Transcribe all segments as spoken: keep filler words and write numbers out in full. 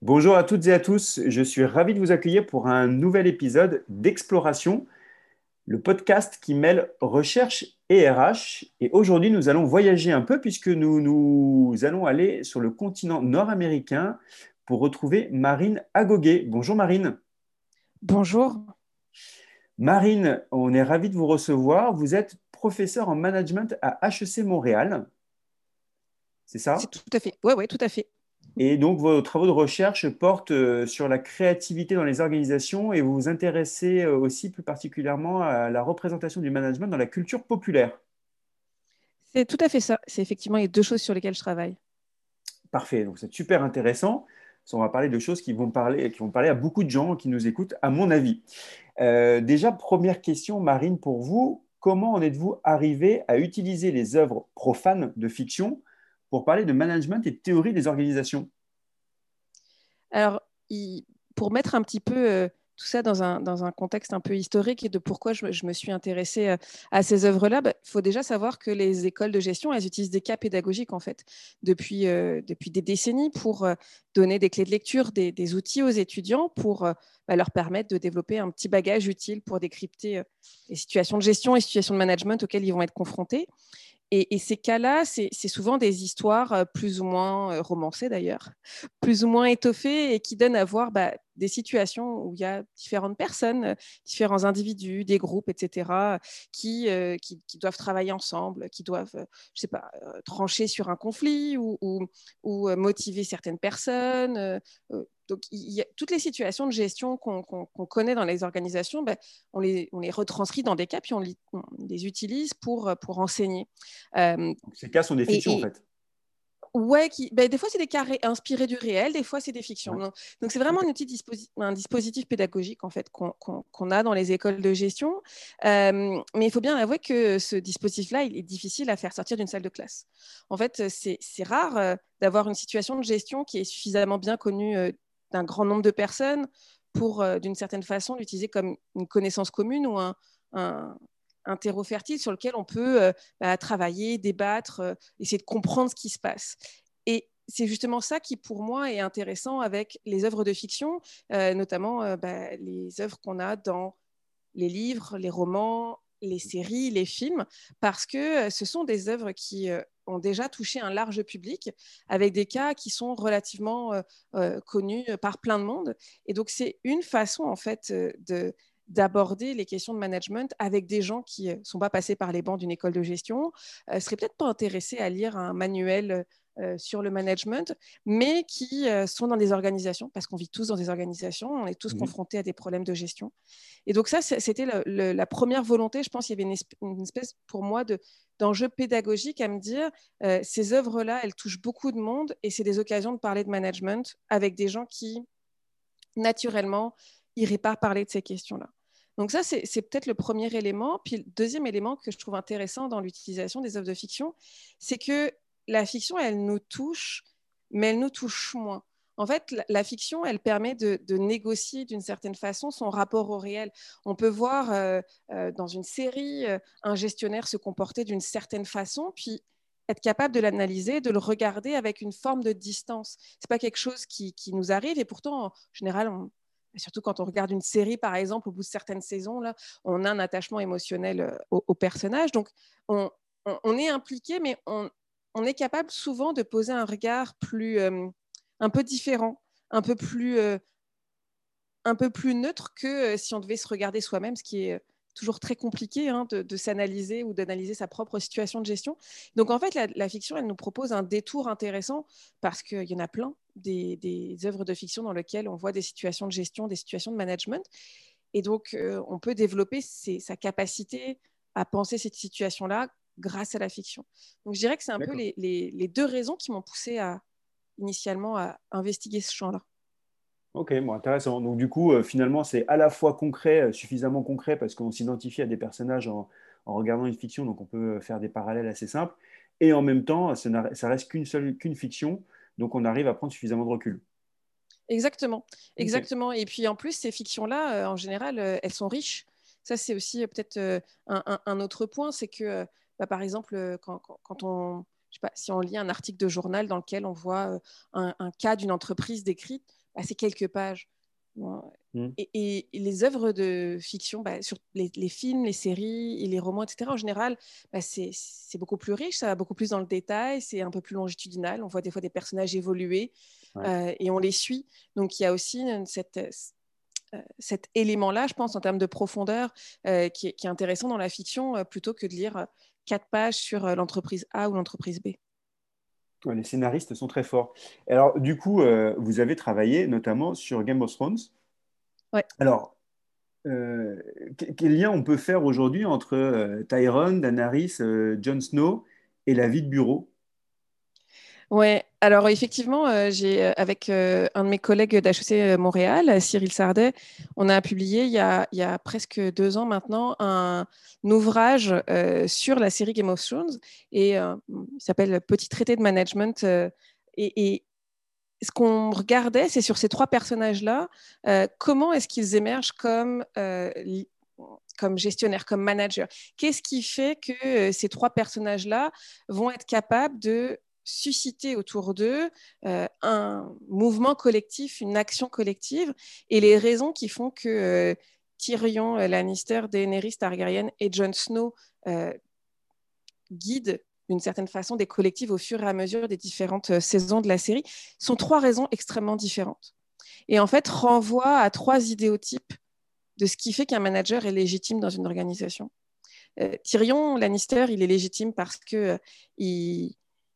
Bonjour à toutes et à tous, je suis ravi de vous accueillir pour un nouvel épisode d'Exploration, le podcast qui mêle recherche et R H. Et aujourd'hui, nous allons voyager un peu puisque nous, nous allons aller sur le continent nord-américain pour retrouver Marine Agoguet. Bonjour Marine. Bonjour. Marine, on est ravi de vous recevoir. Vous êtes professeure en management à H E C Montréal, c'est C'est ça? tout à fait. Ouais, ouais, tout à fait. Et donc, vos travaux de recherche portent euh, sur la créativité dans les organisations et vous vous intéressez euh, aussi plus particulièrement à la représentation du management dans la culture populaire. C'est tout à fait ça. C'est effectivement les deux choses sur lesquelles je travaille. Parfait, donc c'est super intéressant. On va parler de choses qui vont parler, qui vont parler à beaucoup de gens qui nous écoutent, à mon avis. Euh, déjà, première question, Marine, pour vous, comment en êtes-vous arrivé à utiliser les œuvres profanes de fiction pour parler de management et de théorie des organisations? Alors, il- pour mettre un petit peu euh, tout ça dans un, dans un contexte un peu historique et de pourquoi je, me je me suis intéressée euh, à ces œuvres-là, bah, il faut déjà savoir que les écoles de gestion, elles utilisent des cas pédagogiques en fait depuis, euh, depuis des décennies pour euh, donner des clés de lecture, des, des outils aux étudiants pour euh, bah, leur permettre de développer un petit bagage utile pour décrypter euh, les situations de gestion et situations de management auxquelles ils vont être confrontés. Et, et ces cas-là, c'est c'est souvent des histoires euh, plus ou moins euh, romancées d'ailleurs, plus ou moins étoffées et qui donnent à voir bah, des situations où il y a différentes personnes, euh, différents individus, des groupes, et cetera, qui, euh, qui, qui doivent travailler ensemble, qui doivent, euh, je sais pas, euh, trancher sur un conflit ou, ou, ou, euh, motiver certaines personnes. euh, euh, donc, il y a, toutes les situations de gestion qu'on qu'on, qu'on connaît dans les organisations, ben, on, les, on les retranscrit dans des cas, puis on, li, on les utilise pour, pour enseigner. Euh, Ces cas sont des fictions, en et, et, fait. ouais, qui, ben, des fois, c'est des cas ré- inspirés du réel, des fois, c'est des fictions. Ouais. Donc, donc c'est vraiment Ok. un, outil disposi- un dispositif pédagogique en fait, qu'on qu'on, qu'on a dans les écoles de gestion. Euh, mais il faut bien avouer que ce dispositif-là, il est difficile à faire sortir d'une salle de classe. En fait, c'est c'est rare euh, d'avoir une situation de gestion qui est suffisamment bien connue euh, d'un grand nombre de personnes pour, euh, d'une certaine façon, l'utiliser comme une connaissance commune ou un, un, un terreau fertile sur lequel on peut euh, bah, travailler, débattre, euh, essayer de comprendre ce qui se passe. Et c'est justement ça qui, pour moi, est intéressant avec les œuvres de fiction, euh, notamment euh, bah, les œuvres qu'on a dans les livres, les romans, les séries, les films, parce que euh, ce sont des œuvres qui euh, ont déjà touché un large public, avec des cas qui sont relativement euh, euh, connus par plein de monde. Et donc, c'est une façon, en fait, euh, de d'aborder les questions de management avec des gens qui ne sont pas passés par les bancs d'une école de gestion, euh, seraient peut-être pas intéressés à lire un manuel euh, sur le management, mais qui euh, sont dans des organisations, parce qu'on vit tous dans des organisations, on est tous Mhm. confrontés à des problèmes de gestion. Et donc ça, c'était le, le, la première volonté. Je pense qu'il y avait une espèce, une espèce pour moi de, d'enjeu pédagogique à me dire, euh, ces œuvres-là, elles touchent beaucoup de monde et c'est des occasions de parler de management avec des gens qui, naturellement, n'iraient pas parler de ces questions-là. Donc ça, c'est, c'est peut-être le premier élément. Puis le deuxième élément que je trouve intéressant dans l'utilisation des œuvres de fiction, c'est que la fiction, elle nous touche, mais elle nous touche moins. En fait, la, la fiction, elle permet de, de négocier d'une certaine façon son rapport au réel. On peut voir euh, euh, dans une série euh, un gestionnaire se comporter d'une certaine façon, puis être capable de l'analyser, de le regarder avec une forme de distance. C'est pas quelque chose qui, qui nous arrive et pourtant, en général, on, surtout quand on regarde une série, par exemple, au bout de certaines saisons, là, on a un attachement émotionnel euh, au, au, personnage. Donc, on, on, on est impliqué, mais on, on, est capable souvent de poser un regard plus, euh, un peu différent, un peu plus, euh, un peu plus neutre que euh, si on devait se regarder soi-même, ce qui est euh, toujours très compliqué hein, de, de s'analyser ou d'analyser sa propre situation de gestion. Donc en fait, la, la fiction, elle nous propose un détour intéressant parce qu'il y en a plein des, des œuvres de fiction dans lesquelles on voit des situations de gestion, des situations de management. Et donc, euh, on peut développer ses, sa capacité à penser cette situation-là grâce à la fiction. Donc, je dirais que c'est un peu D'accord. les, les, les deux raisons qui m'ont poussé à, initialement à investiguer ce champ-là. Ok, bon, intéressant. Donc du coup, euh, finalement, c'est à la fois concret, euh, suffisamment concret, parce qu'on s'identifie à des personnages en, en regardant une fiction, donc on peut euh, faire des parallèles assez simples, et en même temps, ça, n'a- ça reste qu'une seule, qu'une fiction, donc on arrive à prendre suffisamment de recul. Exactement, Ok. exactement. Et puis en plus, ces fictions-là, euh, en général, euh, elles sont riches. Ça, c'est aussi euh, peut-être euh, un, un- un autre point, c'est que, euh, bah, par exemple, euh, quand, quand- quand on, je sais pas, si on lit un article de journal dans lequel on voit euh, un, un cas d'une entreprise décrite, bah, bah, c'est quelques pages. Bon. Mm. Et, et, et les œuvres de fiction, bah, sur les, les films, les séries et les romans, et cetera, en général, bah, c'est, c'est beaucoup plus riche, ça va beaucoup plus dans le détail, c'est un peu plus longitudinal. On voit des fois des personnages évoluer Ouais. euh, et on les suit. Donc, il y a aussi une, cette, euh, cet élément-là, je pense, en termes de profondeur, euh, qui, est, qui est intéressant dans la fiction, euh, plutôt que de lire euh, quatre pages sur euh, l'entreprise A ou l'entreprise B. Ouais, les scénaristes sont très forts. Alors, du coup, euh, vous avez travaillé notamment sur Game of Thrones. Ouais. Alors, euh, que- quel lien on peut faire aujourd'hui entre euh, Tyrion, Daenerys, euh, Jon Snow et la vie de bureau? Ouais, alors effectivement, euh, j'ai, euh, avec euh, un de mes collègues d'H E C Montréal, euh, Cyril Sardet, on a publié il y a, il y a presque deux ans maintenant un, un ouvrage euh, sur la série Game of Thrones et euh, il s'appelle Petit traité de management. euh, et, et ce qu'on regardait, c'est sur ces trois personnages-là, euh, comment est-ce qu'ils émergent comme, euh, li- comme gestionnaires, comme managers. Qu'est-ce qui fait que euh, ces trois personnages-là vont être capables de susciter autour d'eux euh, un mouvement collectif, une action collective, et les raisons qui font que euh, Tyrion euh, Lannister, Daenerys Targaryen et Jon Snow euh, guident d'une certaine façon des collectifs au fur et à mesure des différentes euh, saisons de la série, sont trois raisons extrêmement différentes. Et en fait, renvoient à trois idéotypes de ce qui fait qu'un manager est légitime dans une organisation. Euh, Tyrion Lannister, il est légitime parce que euh, il,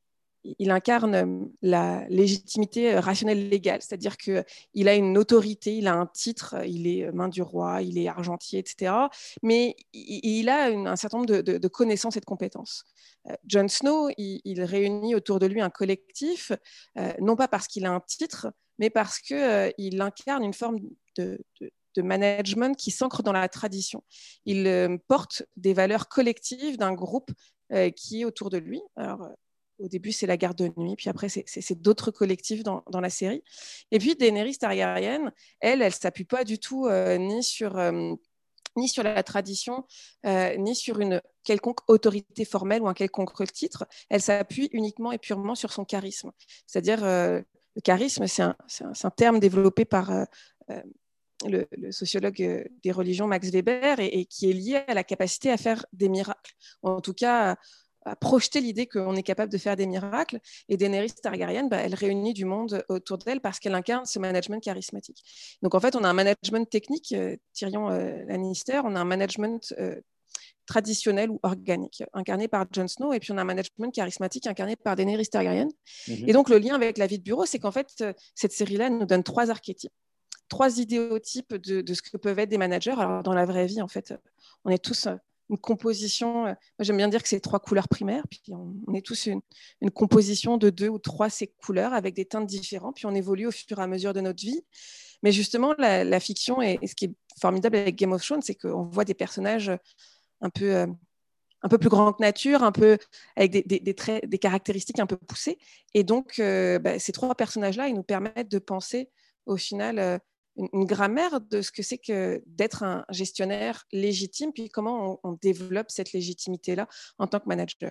il incarne la légitimité rationnelle légale, c'est-à-dire qu'il a une autorité, il a un titre, il est main du roi, il est argentier, et cetera. Mais il a une, un certain nombre de, de, de, connaissances et de compétences. Euh, Jon Snow, il, il, réunit autour de lui un collectif, euh, non pas parce qu'il a un titre, mais parce qu'il euh, incarne une forme de, de de management qui s'ancre dans la tradition. Il euh, porte des valeurs collectives d'un groupe euh, qui est autour de lui. Alors, au début, c'est la garde de nuit, puis après, c'est, c'est, c'est d'autres collectifs dans, dans, la série. Et puis, Daenerys Targaryen, elle, elle ne s'appuie pas du tout euh, ni sur... Euh, ni sur la tradition, euh, ni sur une quelconque autorité formelle ou un quelconque titre. Elle s'appuie uniquement et purement sur son charisme. C'est-à-dire, euh, le charisme, c'est un, c'est un, c'est un terme développé par euh, euh, le, le, sociologue des religions Max Weber et, et qui est lié à la capacité à faire des miracles. En tout cas, à projeter l'idée qu'on est capable de faire des miracles. Et Daenerys Targaryen, bah, elle réunit du monde autour d'elle parce qu'elle incarne ce management charismatique. Donc en fait, on a un management technique, euh, Tyrion euh, Lannister, on a un management euh, traditionnel ou organique, incarné par Jon Snow, et puis on a un management charismatique incarné par Daenerys Targaryen. Mm-hmm. Et donc le lien avec la vie de bureau, c'est qu'en fait, euh, cette série-là nous donne trois archétypes, trois idéotypes de, de ce que peuvent être des managers. Alors dans la vraie vie, en fait, on est tous... Euh, une composition, moi j'aime bien dire que c'est trois couleurs primaires, puis on, on est tous une, une composition de deux ou trois ces couleurs avec des teintes différentes, puis on évolue au fur et à mesure de notre vie. Mais justement, la, la fiction, et, et ce qui est formidable avec Game of Thrones, c'est qu'on voit des personnages un peu, euh, un peu plus grands que nature, un peu avec des, des, des, traits, des caractéristiques un peu poussées. Et donc, euh, bah, ces trois personnages-là, ils nous permettent de penser au final... Euh, une grammaire de ce que c'est que d'être un gestionnaire légitime, puis comment on, on développe cette légitimité-là en tant que manager.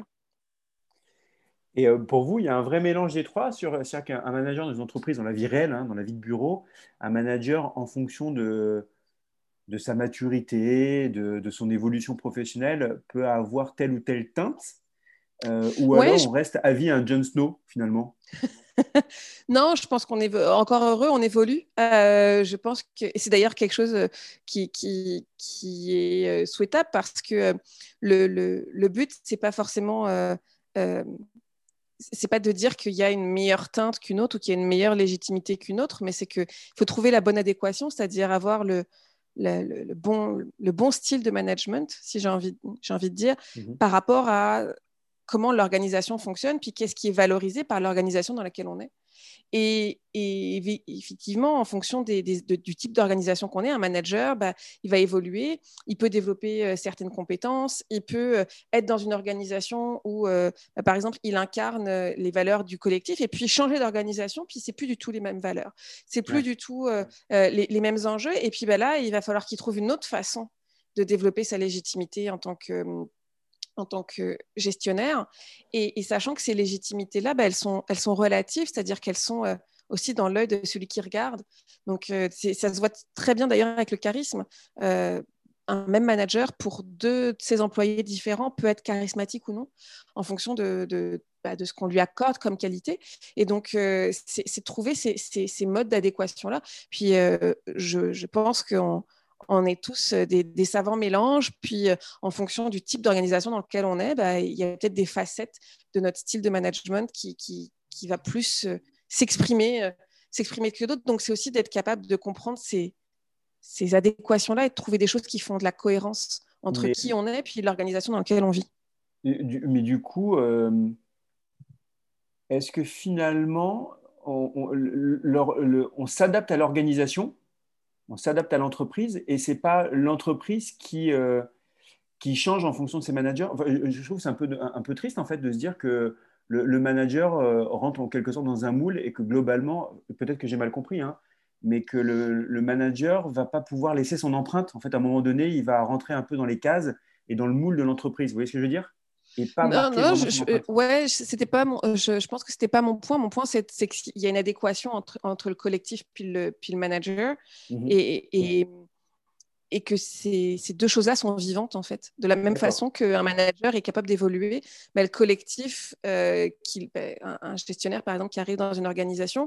Et euh, pour vous, il y a un vrai mélange des trois sur, sur un manager dans une entreprise, dans la vie réelle, hein, dans la vie de bureau, un manager en fonction de, de sa maturité, de, de son évolution professionnelle, peut avoir telle ou telle teinte, euh, ou Ouais, alors je... on reste à vie un Jon Snow finalement. Non, je pense qu'on est encore heureux, on évolue. Euh, je pense que et c'est d'ailleurs quelque chose qui, qui, qui est souhaitable parce que le, le, le but, c'est pas forcément, euh, euh, c'est pas de dire qu'il y a une meilleure teinte qu'une autre ou qu'il y a une meilleure légitimité qu'une autre, mais c'est qu'il faut trouver la bonne adéquation, c'est-à-dire avoir le, le, le, le, bon, le bon style de management, si j'ai envie, j'ai envie de dire, mm-hmm. par rapport à comment l'organisation fonctionne, puis qu'est-ce qui est valorisé par l'organisation dans laquelle on est. Et, et effectivement, en fonction des, des, de, du type d'organisation qu'on est, un manager, bah, il va évoluer, il peut développer euh, certaines compétences, il peut euh, être dans une organisation où, euh, bah, par exemple, il incarne euh, les valeurs du collectif et puis changer d'organisation, puis c'est plus du tout les mêmes valeurs, c'est plus ouais. du tout euh, euh, les, les mêmes enjeux. Et puis bah, là, il va falloir qu'il trouve une autre façon de développer sa légitimité en tant que en tant que gestionnaire, et, et sachant que ces légitimités-là, bah, elles, sont, elles sont relatives, c'est-à-dire qu'elles sont, euh, aussi dans l'œil de celui qui regarde. Donc, euh, ça se voit très bien d'ailleurs avec le charisme. Euh, un même manager, pour deux de ses employés différents, peut être charismatique ou non, en fonction de, de, bah, de ce qu'on lui accorde comme qualité. Et donc, euh, c'est trouver ces, ces, ces modes d'adéquation-là. Puis, euh, je, je pense qu'on on est tous des, des savants mélanges. Puis, euh, en fonction du type d'organisation dans lequel on est, bah, il y a peut-être des facettes de notre style de management qui, qui, qui va plus euh, s'exprimer euh, s'exprimer que d'autres. Donc, c'est aussi d'être capable de comprendre ces ces adéquations-là et de trouver des choses qui font de la cohérence entre Mais, qui on est et l'organisation dans laquelle on vit. du, mais du coup, euh, est-ce que finalement, on, on, leur- le- on s'adapte à l'organisation, on s'adapte à l'entreprise, et c'est pas l'entreprise qui, euh, qui change en fonction de ses managers? Enfin, je je trouve que c'est un peu, de- un, un peu triste en fait de se dire que le, le manager euh, rentre en quelque sorte dans un moule et que globalement, peut-être que j'ai mal compris, hein, mais que le, le manager va pas pouvoir laisser son empreinte. En fait, à un moment donné, il va rentrer un peu dans les cases et dans le moule de l'entreprise. Vous voyez ce que je veux dire? Et pas Non, marquer non, vraiment je, son je, euh, empreinte. ouais, c'était pas mon, euh, je, je pense que c'était pas mon point. Mon point, c'est c'est qu'il y a une adéquation entre, entre le collectif puis le, puis le manager Mhm. et, et, et que ces, ces deux choses-là sont vivantes, en fait. De la même D'accord. façon qu'un manager est capable d'évoluer, mais le collectif, euh, qui, ben, un, un gestionnaire, par exemple, qui arrive dans une organisation,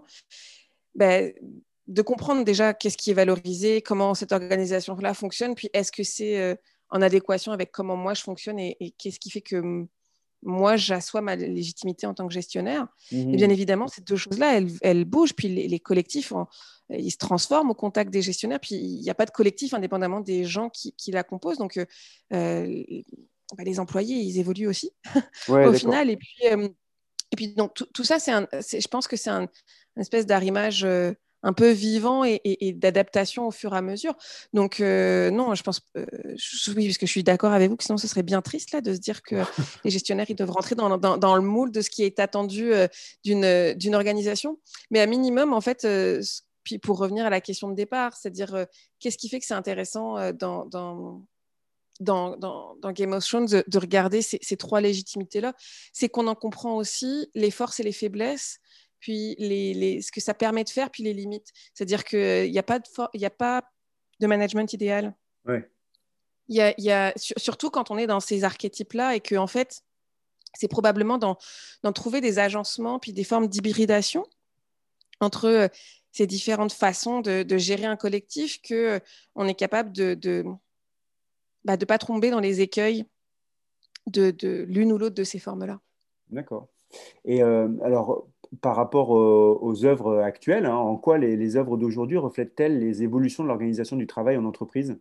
ben, de comprendre déjà qu'est-ce qui est valorisé, comment cette organisation-là fonctionne, puis est-ce que c'est euh, en adéquation avec comment moi je fonctionne et, et qu'est-ce qui fait que m- moi j'assois ma légitimité en tant que gestionnaire. Et bien Mhm. évidemment, ces deux choses-là, elles, elles bougent, puis les, les collectifs, en- ils se transforment au contact des gestionnaires, puis il n'y a pas de collectif indépendamment des gens qui, qui la composent. Donc, euh, euh, ben, les employés, ils évoluent aussi Ouais, au d'accord. final. Et puis, euh, et puis donc, tout, tout ça, c'est un, c'est- je pense que c'est un, une espèce d'arrimage euh, un peu vivant et, et- et d'adaptation au fur et à mesure. Donc, euh, non, je pense, euh, je- oui, parce que je suis d'accord avec vous, que sinon ce serait bien triste là, de se dire que les gestionnaires, ils doivent rentrer dans, dans- dans le moule de ce qui est attendu euh, d'une, d'une organisation. Mais à minimum, en fait, euh, ce- puis pour revenir à la question de départ, c'est-à-dire euh, qu'est-ce qui fait que c'est intéressant euh, dans, dans, dans, dans, dans Game of Thrones de, de regarder ces, ces trois légitimités-là, c'est qu'on en comprend aussi les forces et les faiblesses, puis les, les, ce que ça permet de faire, puis les limites. C'est-à-dire qu'il n'y a, pas de il y a pas de management idéal. Ouais. Il y a, il y a, surtout quand on est dans ces archétypes-là et que, en fait, c'est probablement d'en, d'en trouver des agencements, puis des formes d'hybridation entre euh, ces différentes façons de, de gérer un collectif que euh, on est capable de, de, bah, de pas tomber dans les écueils de, de l'une ou l'autre de ces formes-là. D'accord. Et euh, alors, par rapport aux, aux œuvres actuelles, hein, en quoi les, les œuvres d'aujourd'hui reflètent-elles les évolutions de l'organisation du travail en entreprise?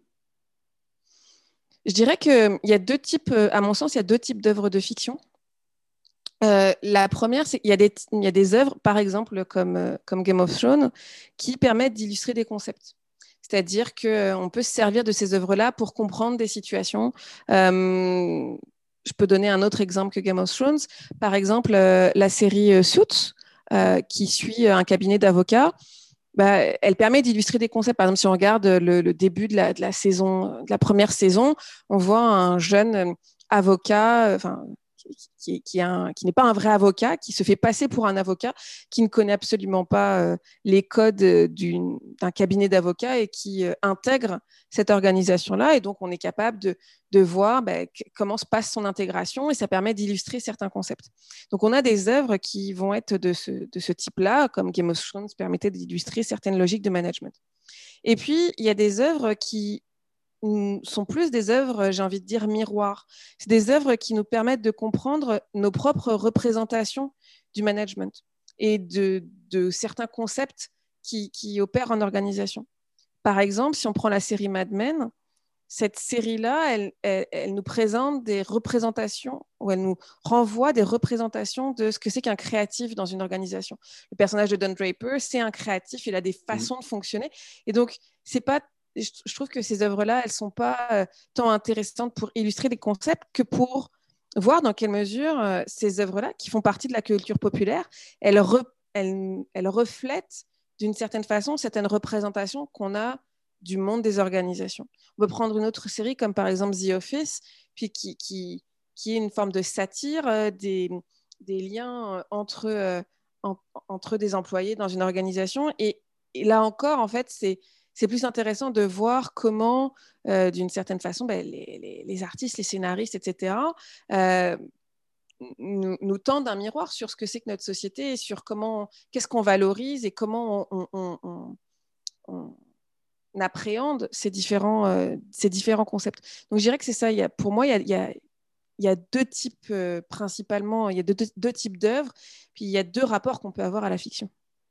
Je dirais qu'il y a deux types, euh, à mon sens, il y a deux types d'œuvres de fiction. Euh, la première, c'est qu'il y a des, il y a des œuvres, par exemple, comme, euh, comme Game of Thrones, qui permettent d'illustrer des concepts. C'est-à-dire qu'on peut se servir de ces œuvres-là pour comprendre des situations. Euh, je peux donner un autre exemple que Game of Thrones. Par exemple, euh, la série euh, Suits, euh, qui suit un cabinet d'avocats. Bah, elle permet d'illustrer des concepts. Par exemple, si on regarde le, le début de la, de la saison, de la première saison, on voit un jeune euh, avocat, euh, enfin, qui, qui, qui, qui n'est pas un vrai avocat, qui se fait passer pour un avocat, qui ne connaît absolument pas euh, les codes d'un cabinet d'avocats et qui euh, intègre cette organisation-là. Et donc, on est capable de, de voir bah, comment se passe son intégration et ça permet d'illustrer certains concepts. Donc, on a des œuvres qui vont être de ce, de ce type-là, comme Game of Thrones permettait d'illustrer certaines logiques de management. Et puis, il y a des œuvres qui sont plus des œuvres, j'ai envie de dire, miroirs. C'est des œuvres qui nous permettent de comprendre nos propres représentations du management et de, de certains concepts qui, qui opèrent en organisation. Par exemple, si on prend la série Mad Men, cette série-là, elle, elle, elle, nous présente des représentations, ou elle nous renvoie des représentations de ce que c'est qu'un créatif dans une organisation. Le personnage de Don Draper, c'est un créatif, il a des Mhm. façons de fonctionner. Et donc, c'est pas, je trouve que ces œuvres-là, elles sont pas euh, tant intéressantes pour illustrer des concepts que pour voir dans quelle mesure euh, ces œuvres-là, qui font partie de la culture populaire, elles, re, elles, elles reflètent d'une certaine façon certaines représentations qu'on a du monde des organisations. On peut prendre une autre série comme par exemple The Office, puis qui, qui, qui est une forme de satire euh, des, des liens euh, entre, euh, en, entre des employés dans une organisation. Et, et là encore, en fait, c'est, c'est plus intéressant de voir comment, euh, d'une certaine façon, ben, les, les, les artistes, les scénaristes, et cetera, euh, nous, nous tendent un miroir sur ce que c'est que notre société et sur comment, qu'est-ce qu'on valorise et comment on, on, on, on on appréhende ces différents, euh, ces différents concepts. Donc, je dirais que c'est ça. Il y a, pour moi, il y a, il y a, il y a deux types, euh, principalement, il y a deux, deux, deux types d'œuvres, puis il y a deux rapports qu'on peut avoir à la fiction.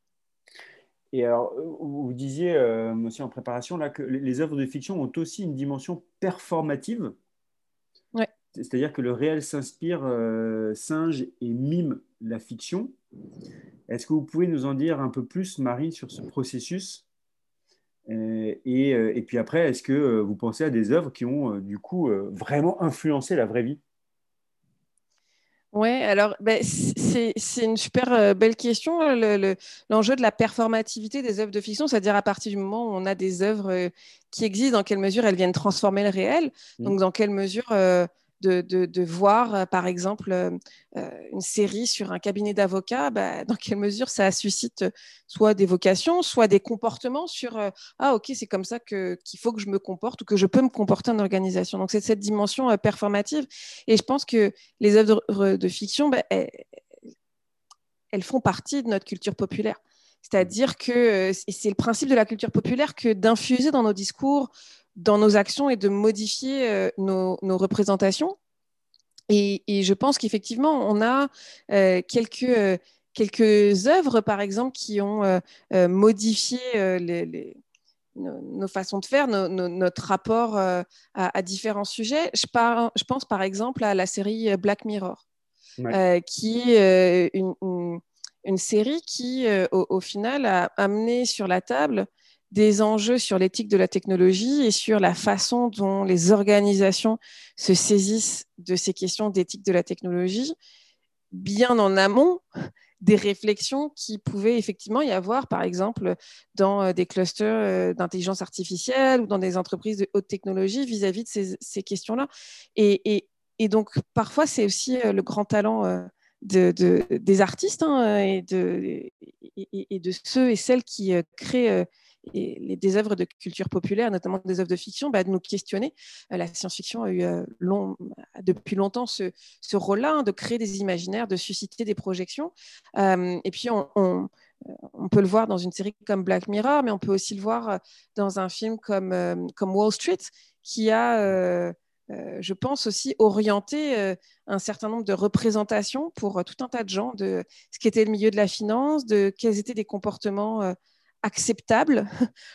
Et alors, vous disiez euh, aussi en préparation là, que les œuvres de fiction ont aussi une dimension performative, Ouais. c'est-à-dire que le réel s'inspire, euh, singe et mime la fiction. Est-ce que vous pouvez nous en dire un peu plus, Marie, sur ce processus? Euh, et, euh, et puis après, est-ce que euh, vous pensez à des œuvres qui ont euh, du coup euh, vraiment influencé la vraie vie? Ouais, alors ben, c'est, c'est une super euh, belle question, le, le, l'enjeu de la performativité des œuvres de fiction, c'est-à-dire à partir du moment où on a des œuvres euh, qui existent, dans quelle mesure elles viennent transformer le réel, Mm. donc dans quelle mesure euh, de, de, de voir, euh, par exemple, euh, euh, une série sur un cabinet d'avocats, bah, dans quelle mesure ça suscite euh, soit des vocations, soit des comportements sur euh, ah ok, c'est comme ça que, qu'il faut que je me comporte ou que je peux me comporter en organisation. Donc c'est cette dimension euh, performative. Et je pense que les œuvres de, de fiction, bah, elles, elles, font partie de notre culture populaire. C'est-à-dire que c'est le principe de la culture populaire que d'infuser dans nos discours, dans nos actions et de modifier euh, nos, nos, représentations. Et, et, je pense qu'effectivement, on a euh, quelques, euh, quelques œuvres, par exemple, qui ont euh, euh, modifié euh, les, les nos, nos, façons de faire, nos, nos, notre rapport euh, à, à, différents sujets. Je, par, je, pense par exemple à la série Black Mirror, Ouais. euh, qui est euh, une, une, une, série qui, euh, au, au, final, a amené sur la table des enjeux sur l'éthique de la technologie et sur la façon dont les organisations se saisissent de ces questions d'éthique de la technologie, bien en amont des réflexions qui pouvaient effectivement y avoir, par exemple, dans des clusters d'intelligence artificielle ou dans des entreprises de haute technologie vis-à-vis de ces, ces questions-là. Et, et, et, donc, parfois, c'est aussi le grand talent de, de, des artistes hein, et, de, et, et, de ceux et celles qui créent et les, des œuvres de culture populaire, notamment des œuvres de fiction, bah, de nous questionner. Euh, la science-fiction a eu euh, long, depuis longtemps ce, ce rôle-là, hein, de créer des imaginaires, de susciter des projections. Euh, et puis, on, on, on peut le voir dans une série comme Black Mirror, mais on peut aussi le voir dans un film comme, euh, comme Wall Street, qui a, euh, euh, je pense, aussi orienté euh, un certain nombre de représentations pour euh, tout un tas de gens de ce qu'était le milieu de la finance, de quels étaient des comportements euh, acceptables,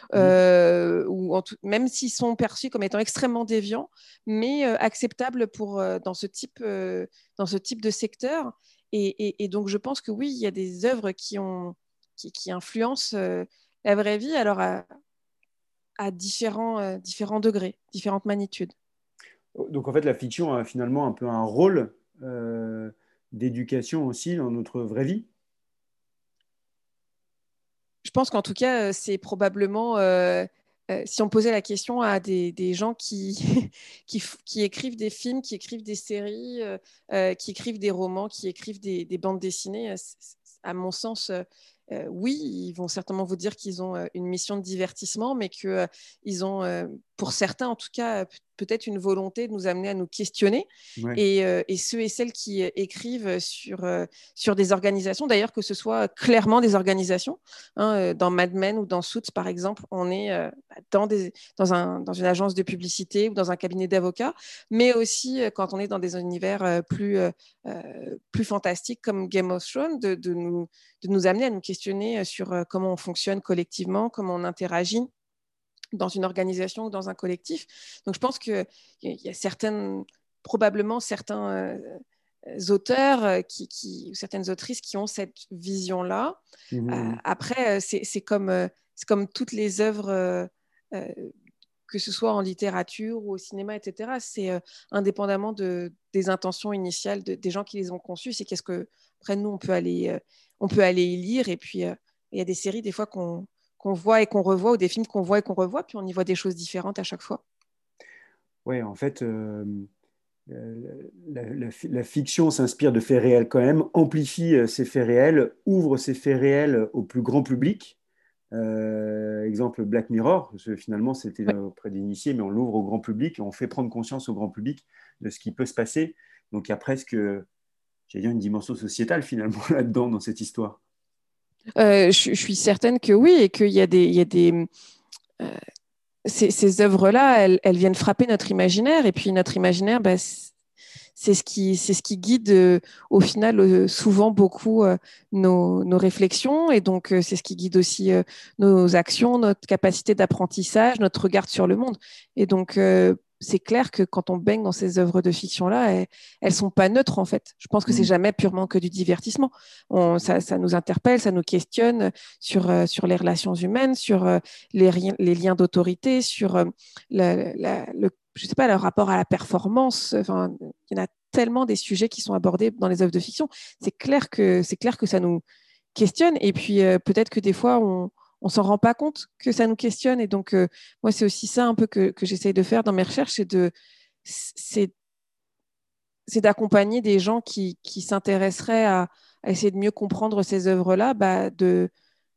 euh, ou en tout, même s'ils sont perçus comme étant extrêmement déviants, mais euh, acceptables pour, euh, dans, ce type, euh, dans ce type de secteur. Et, et, et, donc, je pense que oui, il y a des œuvres qui, ont, qui, qui influencent euh, la vraie vie, alors à, à différents, euh, différents degrés, différentes magnitudes. Donc en fait, la fiction a finalement un peu un rôle euh, d'éducation aussi dans notre vraie vie. Je pense qu'en tout cas, c'est probablement, euh, euh, si on posait la question à des, des gens qui, qui, qui, écrivent des films, qui écrivent des séries, euh, euh, qui écrivent des romans, qui écrivent des, des bandes dessinées, à mon sens, euh, euh, oui, ils vont certainement vous dire qu'ils ont euh, une mission de divertissement, mais qu'ils euh, ont, euh, pour certains en tout cas, peut-être une volonté de nous amener à nous questionner. Ouais. Et, euh, et ceux et celles qui euh, écrivent sur, euh, sur des organisations, d'ailleurs que ce soit clairement des organisations, hein, euh, dans Mad Men ou dans Suits par exemple, on est euh, dans, des, dans, un, dans une agence de publicité ou dans un cabinet d'avocats, mais aussi euh, quand on est dans des univers euh, plus, euh, plus fantastiques comme Game of Thrones, de, de, nous, de nous amener à nous questionner sur euh, comment on fonctionne collectivement, comment on interagit dans une organisation ou dans un collectif. Donc je pense qu'il y a certaines, probablement certains euh, auteurs euh, qui, qui, ou certaines autrices qui ont cette vision-là. Euh, Mmh. après, euh, c'est, c'est, comme, euh, c'est comme toutes les œuvres, euh, euh, que ce soit en littérature ou au cinéma, et cetera. C'est euh, indépendamment de, des intentions initiales de, des gens qui les ont conçues. C'est qu'est-ce que, après, nous, on peut aller, euh, on peut aller y lire. Et puis, euh, il y a des séries, des fois, qu'on qu'on voit et qu'on revoit, ou des films qu'on voit et qu'on revoit, puis on y voit des choses différentes à chaque fois. Ouais, en fait, euh, euh, la, la, la fiction s'inspire de faits réels quand même, amplifie euh, ces faits réels, ouvre ces faits réels au plus grand public. Euh, exemple Black Mirror, parce que finalement c'était Ouais. auprès d'initiés, mais on l'ouvre au grand public, on fait prendre conscience au grand public de ce qui peut se passer. Donc il y a presque, j'allais dire, une dimension sociétale finalement là-dedans, dans cette histoire. Euh, je, je suis certaine que oui, et qu'il y a des, il y a des euh, ces, ces œuvres-là, elles, elles viennent frapper notre imaginaire, et puis notre imaginaire, bah, c'est ce qui, c'est ce qui guide euh, au final euh, souvent beaucoup euh, nos, nos réflexions, et donc euh, c'est ce qui guide aussi euh, nos actions, notre capacité d'apprentissage, notre regard sur le monde. Et donc euh, c'est clair que quand on baigne dans ces œuvres de fiction-là, elles, elles sont pas neutres en fait. Je pense que c'est Mm. jamais purement que du divertissement. On, ça, ça nous interpelle, ça nous questionne sur, euh, sur les relations humaines, sur euh, les, les liens d'autorité, sur euh, la, la, le je sais pas, le rapport à la performance. Enfin, il y en a tellement des sujets qui sont abordés dans les œuvres de fiction. C'est clair que c'est clair que ça nous questionne. Et puis euh, peut-être que des fois on on s'en rend pas compte que ça nous questionne. Et donc euh, moi c'est aussi ça un peu que, que j'essaye de faire dans mes recherches, c'est de c'est c'est d'accompagner des gens qui, qui s'intéresseraient à, à essayer de mieux comprendre ces œuvres-là, bah, de,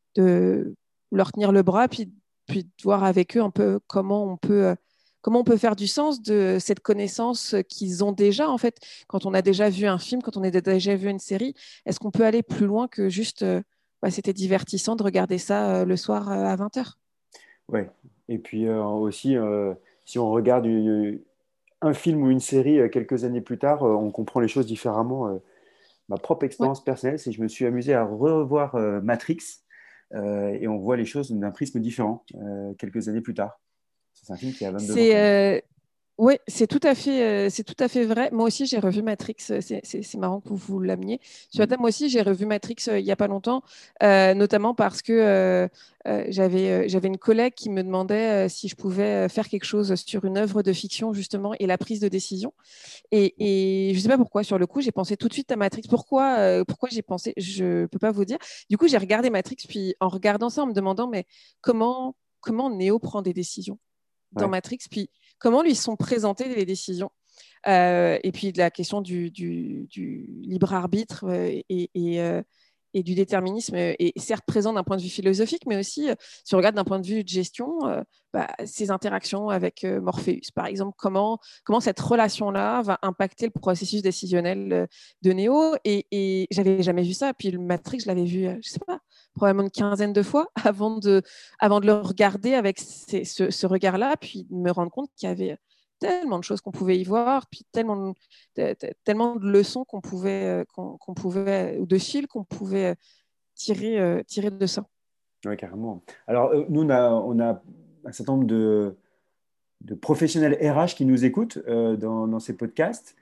de leur tenir le bras, puis, puis de voir avec eux un peu comment on peut, euh, comment on peut faire du sens de cette connaissance qu'ils ont déjà, en fait. Quand on a déjà vu un film, quand on a déjà vu une série, est-ce qu'on peut aller plus loin que juste, euh, bah, c'était divertissant de regarder ça euh, le soir euh, à vingt heures. Ouais. Et puis euh, aussi, euh, si on regarde une- un film ou une série euh, quelques années plus tard, euh, on comprend les choses différemment. Euh, ma propre Ouais. expérience personnelle, c'est que je me suis amusé à revoir euh, Matrix euh, et on voit les choses d'un prisme différent euh, quelques années plus tard. C'est un film qui a vingt-deux ans C'est quand même. euh, Oui, c'est tout à fait, euh, c'est tout à fait vrai. Moi aussi, j'ai revu Matrix. euh, C'est c'est- c'est marrant que vous, vous l'ameniez. Sur la Mm. table, moi aussi, j'ai revu Matrix euh, il n'y a pas longtemps, euh, notamment parce que euh, euh, j'avais euh, j'avais une collègue qui me demandait euh, si je pouvais euh, faire quelque chose sur une œuvre de fiction, justement, et la prise de décision. Et, et je ne sais pas pourquoi, sur le coup, j'ai pensé tout de suite à Matrix. Pourquoi, euh, pourquoi j'ai pensé, je ne peux pas vous dire. Du coup, j'ai regardé Matrix, puis en regardant ça, en me demandant, mais comment, comment Neo prend des décisions dans Ouais. Matrix, puis comment lui sont présentées les décisions. Euh, et puis de la question du, du, du libre arbitre euh, et, et, euh, et du déterminisme est certes présent d'un point de vue philosophique, mais aussi, euh, si on regarde d'un point de vue de gestion, euh, bah, ses interactions avec euh, Morpheus, par exemple, comment, comment cette relation-là va impacter le processus décisionnel euh, de Neo. Et, et j'avais jamais vu ça. Puis le Matrix, je l'avais vu, euh, je sais pas, probablement une quinzaine de fois avant de, avant de le regarder avec ces, ce, ce regard-là, puis de me rendre compte qu'il y avait tellement de choses qu'on pouvait y voir, puis tellement de, tellement de leçons qu'on pouvait, euh, qu'on, qu'on pouvait, ou de fils qu'on pouvait euh, tirer, euh, tirer de ça. Ouais, carrément. Alors, euh, nous, on a, on a un certain nombre de, de professionnels R H qui nous écoutent euh, dans, dans ces podcasts.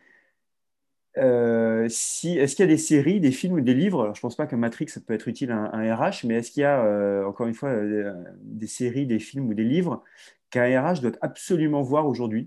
Euh, si, est-ce qu'il y a des séries, des films ou des livres? Alors, je ne pense pas que Matrix ça peut être utile à un, un R H, mais est-ce qu'il y a, euh, encore une fois, euh, des séries, des films ou des livres qu'un R H doit absolument voir aujourd'hui?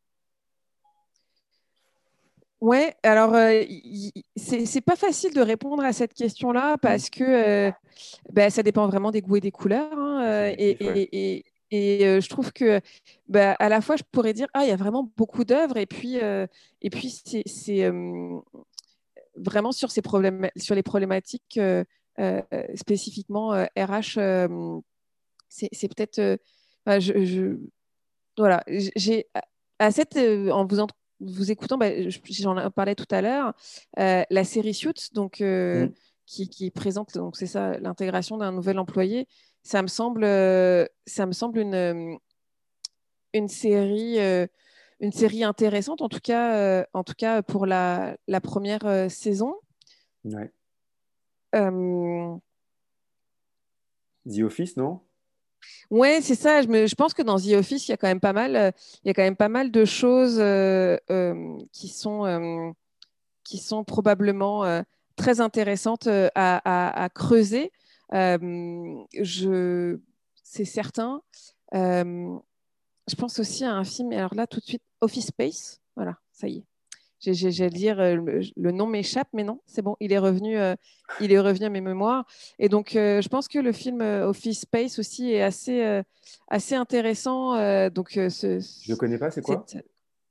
Ouais, alors euh, y- y- c'est c'est pas facile de répondre à cette question-là Hmm. parce que euh, ben, ça dépend vraiment des goûts et des couleurs, hein, C'est euh, et, subjectif, ouais. et, et, et, euh, je trouve que ben, à la fois je pourrais dire ah il y a vraiment beaucoup d'œuvres et puis euh, et puis c'est c'est, euh, vraiment sur ces problèmes sur les problématiques euh, euh, spécifiquement euh, R H, euh, c'est c'est peut-être euh, enfin, je, je- voilà, j'ai à cette euh, en vous en- vous écoutant, bah, je- j'en parlais tout à l'heure, euh, la série Suits, donc euh, Hmm. qui, qui présente donc c'est ça l'intégration d'un nouvel employé, ça me semble euh, ça me semble une euh, une série euh, une série intéressante en tout cas euh, en tout cas pour la, la première euh, saison. Ouais. Euh, The Office, non? Ouais, c'est ça. Je, me- je pense que dans The Office, il y a quand même pas mal, euh, il y a quand même pas mal de choses euh, euh, qui sont, euh, qui sont probablement euh, très intéressantes euh, à, à- à creuser. Euh, je, c'est certain. Euh, je pense aussi à un film, et alors là, tout de suite, Office Space. Voilà, ça y est. J'ai- j'ai- J'allais dire, euh, le, le nom m'échappe, mais non, c'est bon, il est revenu, euh, il est revenu à mes mémoires. Et donc, euh, je pense que le film euh, Office Space aussi est assez, euh, assez intéressant. euh, donc, euh, ce- Je ne le connais pas, c'est quoi? cette-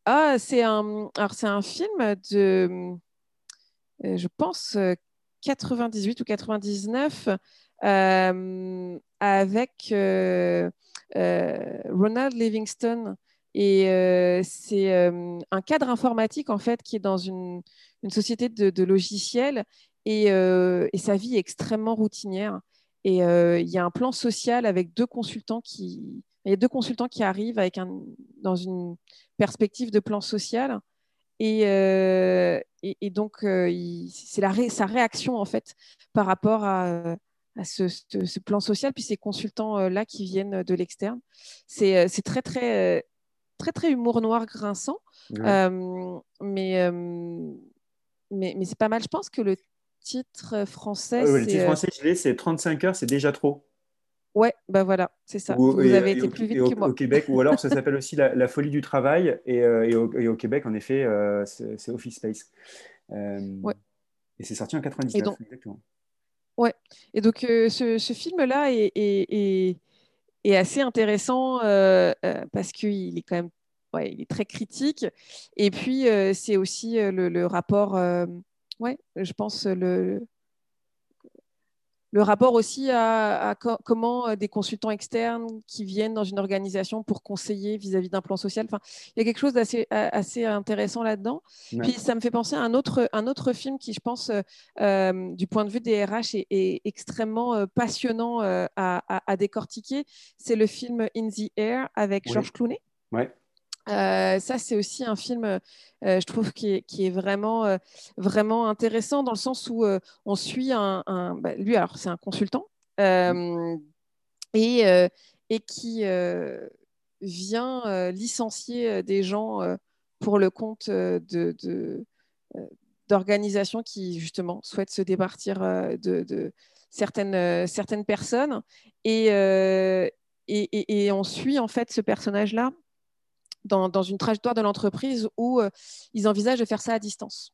Ah, c'est un, alors c'est un film de, euh, je pense, euh, quatre-vingt-dix-huit ou quatre-vingt-dix-neuf euh, avec euh, euh, Ronald Livingston. Et euh, c'est euh, un cadre informatique, en fait, qui est dans une, une société de, de logiciels et, euh, et sa vie est extrêmement routinière. Et euh, il y a un plan social avec deux consultants qui, il y a deux consultants qui arrivent avec un, dans une perspective de plan social. Et, euh, et, et donc, euh, il- c'est la ré- sa réaction, en fait, par rapport à, à ce, ce- ce plan social, puis ces consultants-là qui viennent de l'externe. C'est euh, c'est très, très, euh, très, très humour noir grinçant, Ouais. euh, mais, euh, mais, mais c'est pas mal. Je pense que le titre français, Euh, le c'est... titre euh, français, je l'ai, c'est trente-cinq heures, c'est déjà trop. ouais, ben voilà, c'est ça. Ou, Vous et, avez et été au, plus et vite au- que au moi. Québec, ou alors ça s'appelle aussi la, la folie du travail, et, euh, et au, et au Québec, en effet, euh, c'est c'est Office Space. Euh, Ouais. et c'est sorti en Et quatre-vingt-dix-neuf, donc, exactement. ouais. Et donc, euh, ce, ce film-là est, est, est- est assez intéressant euh, euh, parce qu'il est quand même ouais, il est très critique. Et puis, euh, c'est aussi euh, le, le rapport, euh, ouais, je pense, le, le rapport aussi à, à co- comment euh, des consultants externes qui viennent dans une organisation pour conseiller vis-à-vis d'un plan social. Enfin, il y a quelque chose d'assez a- assez intéressant là-dedans. Puis, Ouais. ça me fait penser à un autre, un autre film qui, je pense, euh, euh, du point de vue des R H, est, est extrêmement euh, passionnant euh, à, à- à décortiquer. C'est le film In the Air avec Oui. George Clooney. Ouais. Euh, ça, c'est aussi un film, euh, je trouve, qui est, qui est vraiment, euh, vraiment intéressant dans le sens où euh, on suit un, un- bah, lui, alors c'est un consultant euh, et, euh, et qui euh, vient euh, licencier euh, des gens euh, pour le compte euh, de, de, euh, d'organisations qui justement souhaitent se départir euh, de, de certaines, euh, certaines personnes et, euh, et, et, et on suit en fait ce personnage-là dans, dans une trajectoire de l'entreprise où euh, ils envisagent de faire ça à distance.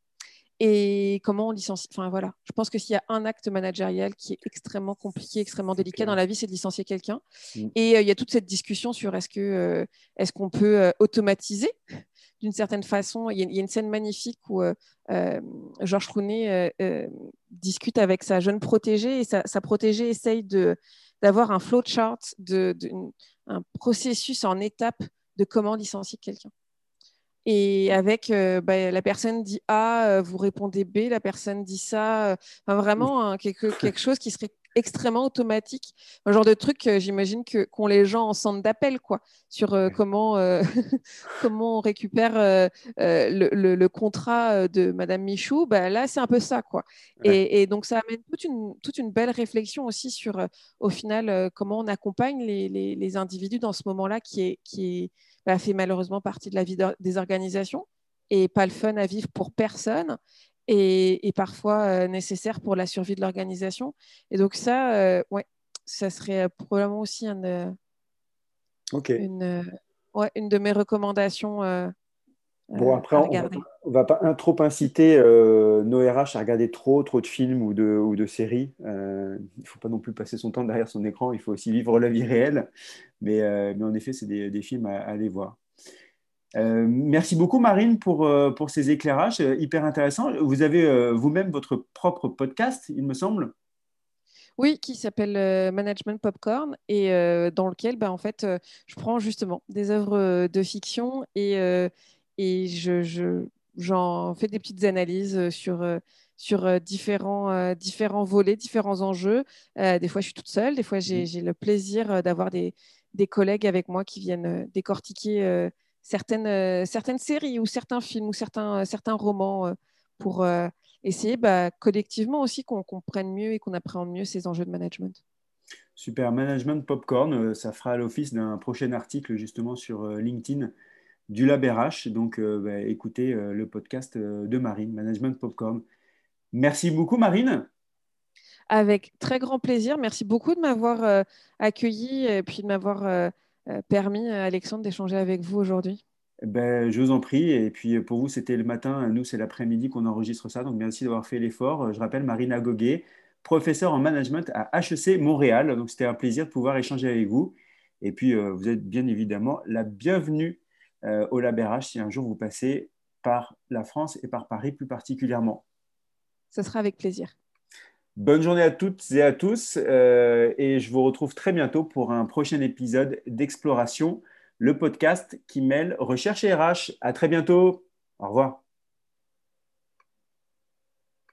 Et comment on licencie. Enfin voilà, je pense que s'il y a un acte managérial qui est extrêmement compliqué, extrêmement C'est délicat dans clair. la vie, c'est de licencier quelqu'un. Mm. Et euh, il y a toute cette discussion sur est-ce que euh, est-ce qu'on peut euh, automatiser d'une certaine façon. Il y, a, il y, a une scène magnifique où euh, euh, Georges Clooney euh, euh, discute avec sa jeune protégée et sa, sa protégée essaye de, d'avoir un flowchart, de, de, un processus en étapes de comment licencier quelqu'un. Et avec euh, bah, la personne dit A, euh, vous répondez B, la personne dit ça. euh, Enfin, vraiment hein, quelque, quelque chose qui serait extrêmement automatique. Un genre de truc, euh, j'imagine, que, qu'ont les gens en centre d'appel, quoi, sur euh, Ouais. comment, euh, comment on récupère euh, euh, le, le- le contrat euh, de Madame Michou. Bah, là, c'est un peu ça, quoi. Ouais. Et, et donc, ça amène toute une, toute une belle réflexion aussi sur, euh, au final, euh, comment on accompagne les, les- les individus dans ce moment-là qui est, qui est bah, fait malheureusement partie de la vie des organisations et pas le fun à vivre pour personne et, et parfois euh, nécessaire pour la survie de l'organisation. Et donc ça, euh, ouais, ça serait probablement aussi une, euh, Ok. une, euh, ouais, une de mes recommandations euh, Bon, euh, après, à on va, regarder. on va pas un- trop inciter euh, nos R H à regarder trop, trop de films ou de, ou de séries. Euh, il ne faut pas non plus passer son temps derrière son écran, il faut aussi vivre la vie réelle. Mais, euh, mais en effet, c'est des, des films à, à aller voir. Euh, merci beaucoup, Marine, pour, euh, pour ces éclairages euh, hyper intéressants. Vous avez euh, vous-même votre propre podcast, il me semble. Oui, qui s'appelle euh, Management Popcorn et euh, dans lequel, bah, en fait, euh, je prends justement des œuvres euh, de fiction et, euh, et je, je- j'en fais des petites analyses euh, sur, euh, sur euh, différents, euh, différents volets, différents enjeux. Euh, des fois, je suis toute seule, des fois, j'ai, Mhm. j'ai le plaisir euh, d'avoir des, des collègues avec moi qui viennent euh, décortiquer euh, certaines, euh, certaines séries ou certains films ou certains, certains romans euh, pour, euh, essayer bah, collectivement aussi qu'on comprenne mieux et qu'on appréhende mieux ces enjeux de management. Super, Management Popcorn, euh, ça fera l'office d'un prochain article justement sur euh, LinkedIn du Lab R H. Donc, euh, bah, écoutez euh, le podcast euh, de Marine, Management Popcorn. Merci beaucoup, Marine. Avec très grand plaisir. Merci beaucoup de m'avoir euh, accueilli et puis de m'avoir euh, euh, permis, euh, Alexandre, d'échanger avec vous aujourd'hui. Ben, je vous en prie. Et puis pour vous, c'était le matin. Nous, c'est l'après-midi qu'on enregistre ça. Donc merci d'avoir fait l'effort. Je rappelle Marina Goguet, professeure en management à H E C Montréal. Donc c'était un plaisir de pouvoir échanger avec vous. Et puis euh, vous êtes bien évidemment la bienvenue euh, au Lab R H si un jour vous passez par la France et par Paris plus particulièrement. Ce sera avec plaisir. Bonne journée à toutes et à tous euh, et je vous retrouve très bientôt pour un prochain épisode d'Exploration, le podcast qui mêle recherche et R H. À très bientôt. Au revoir.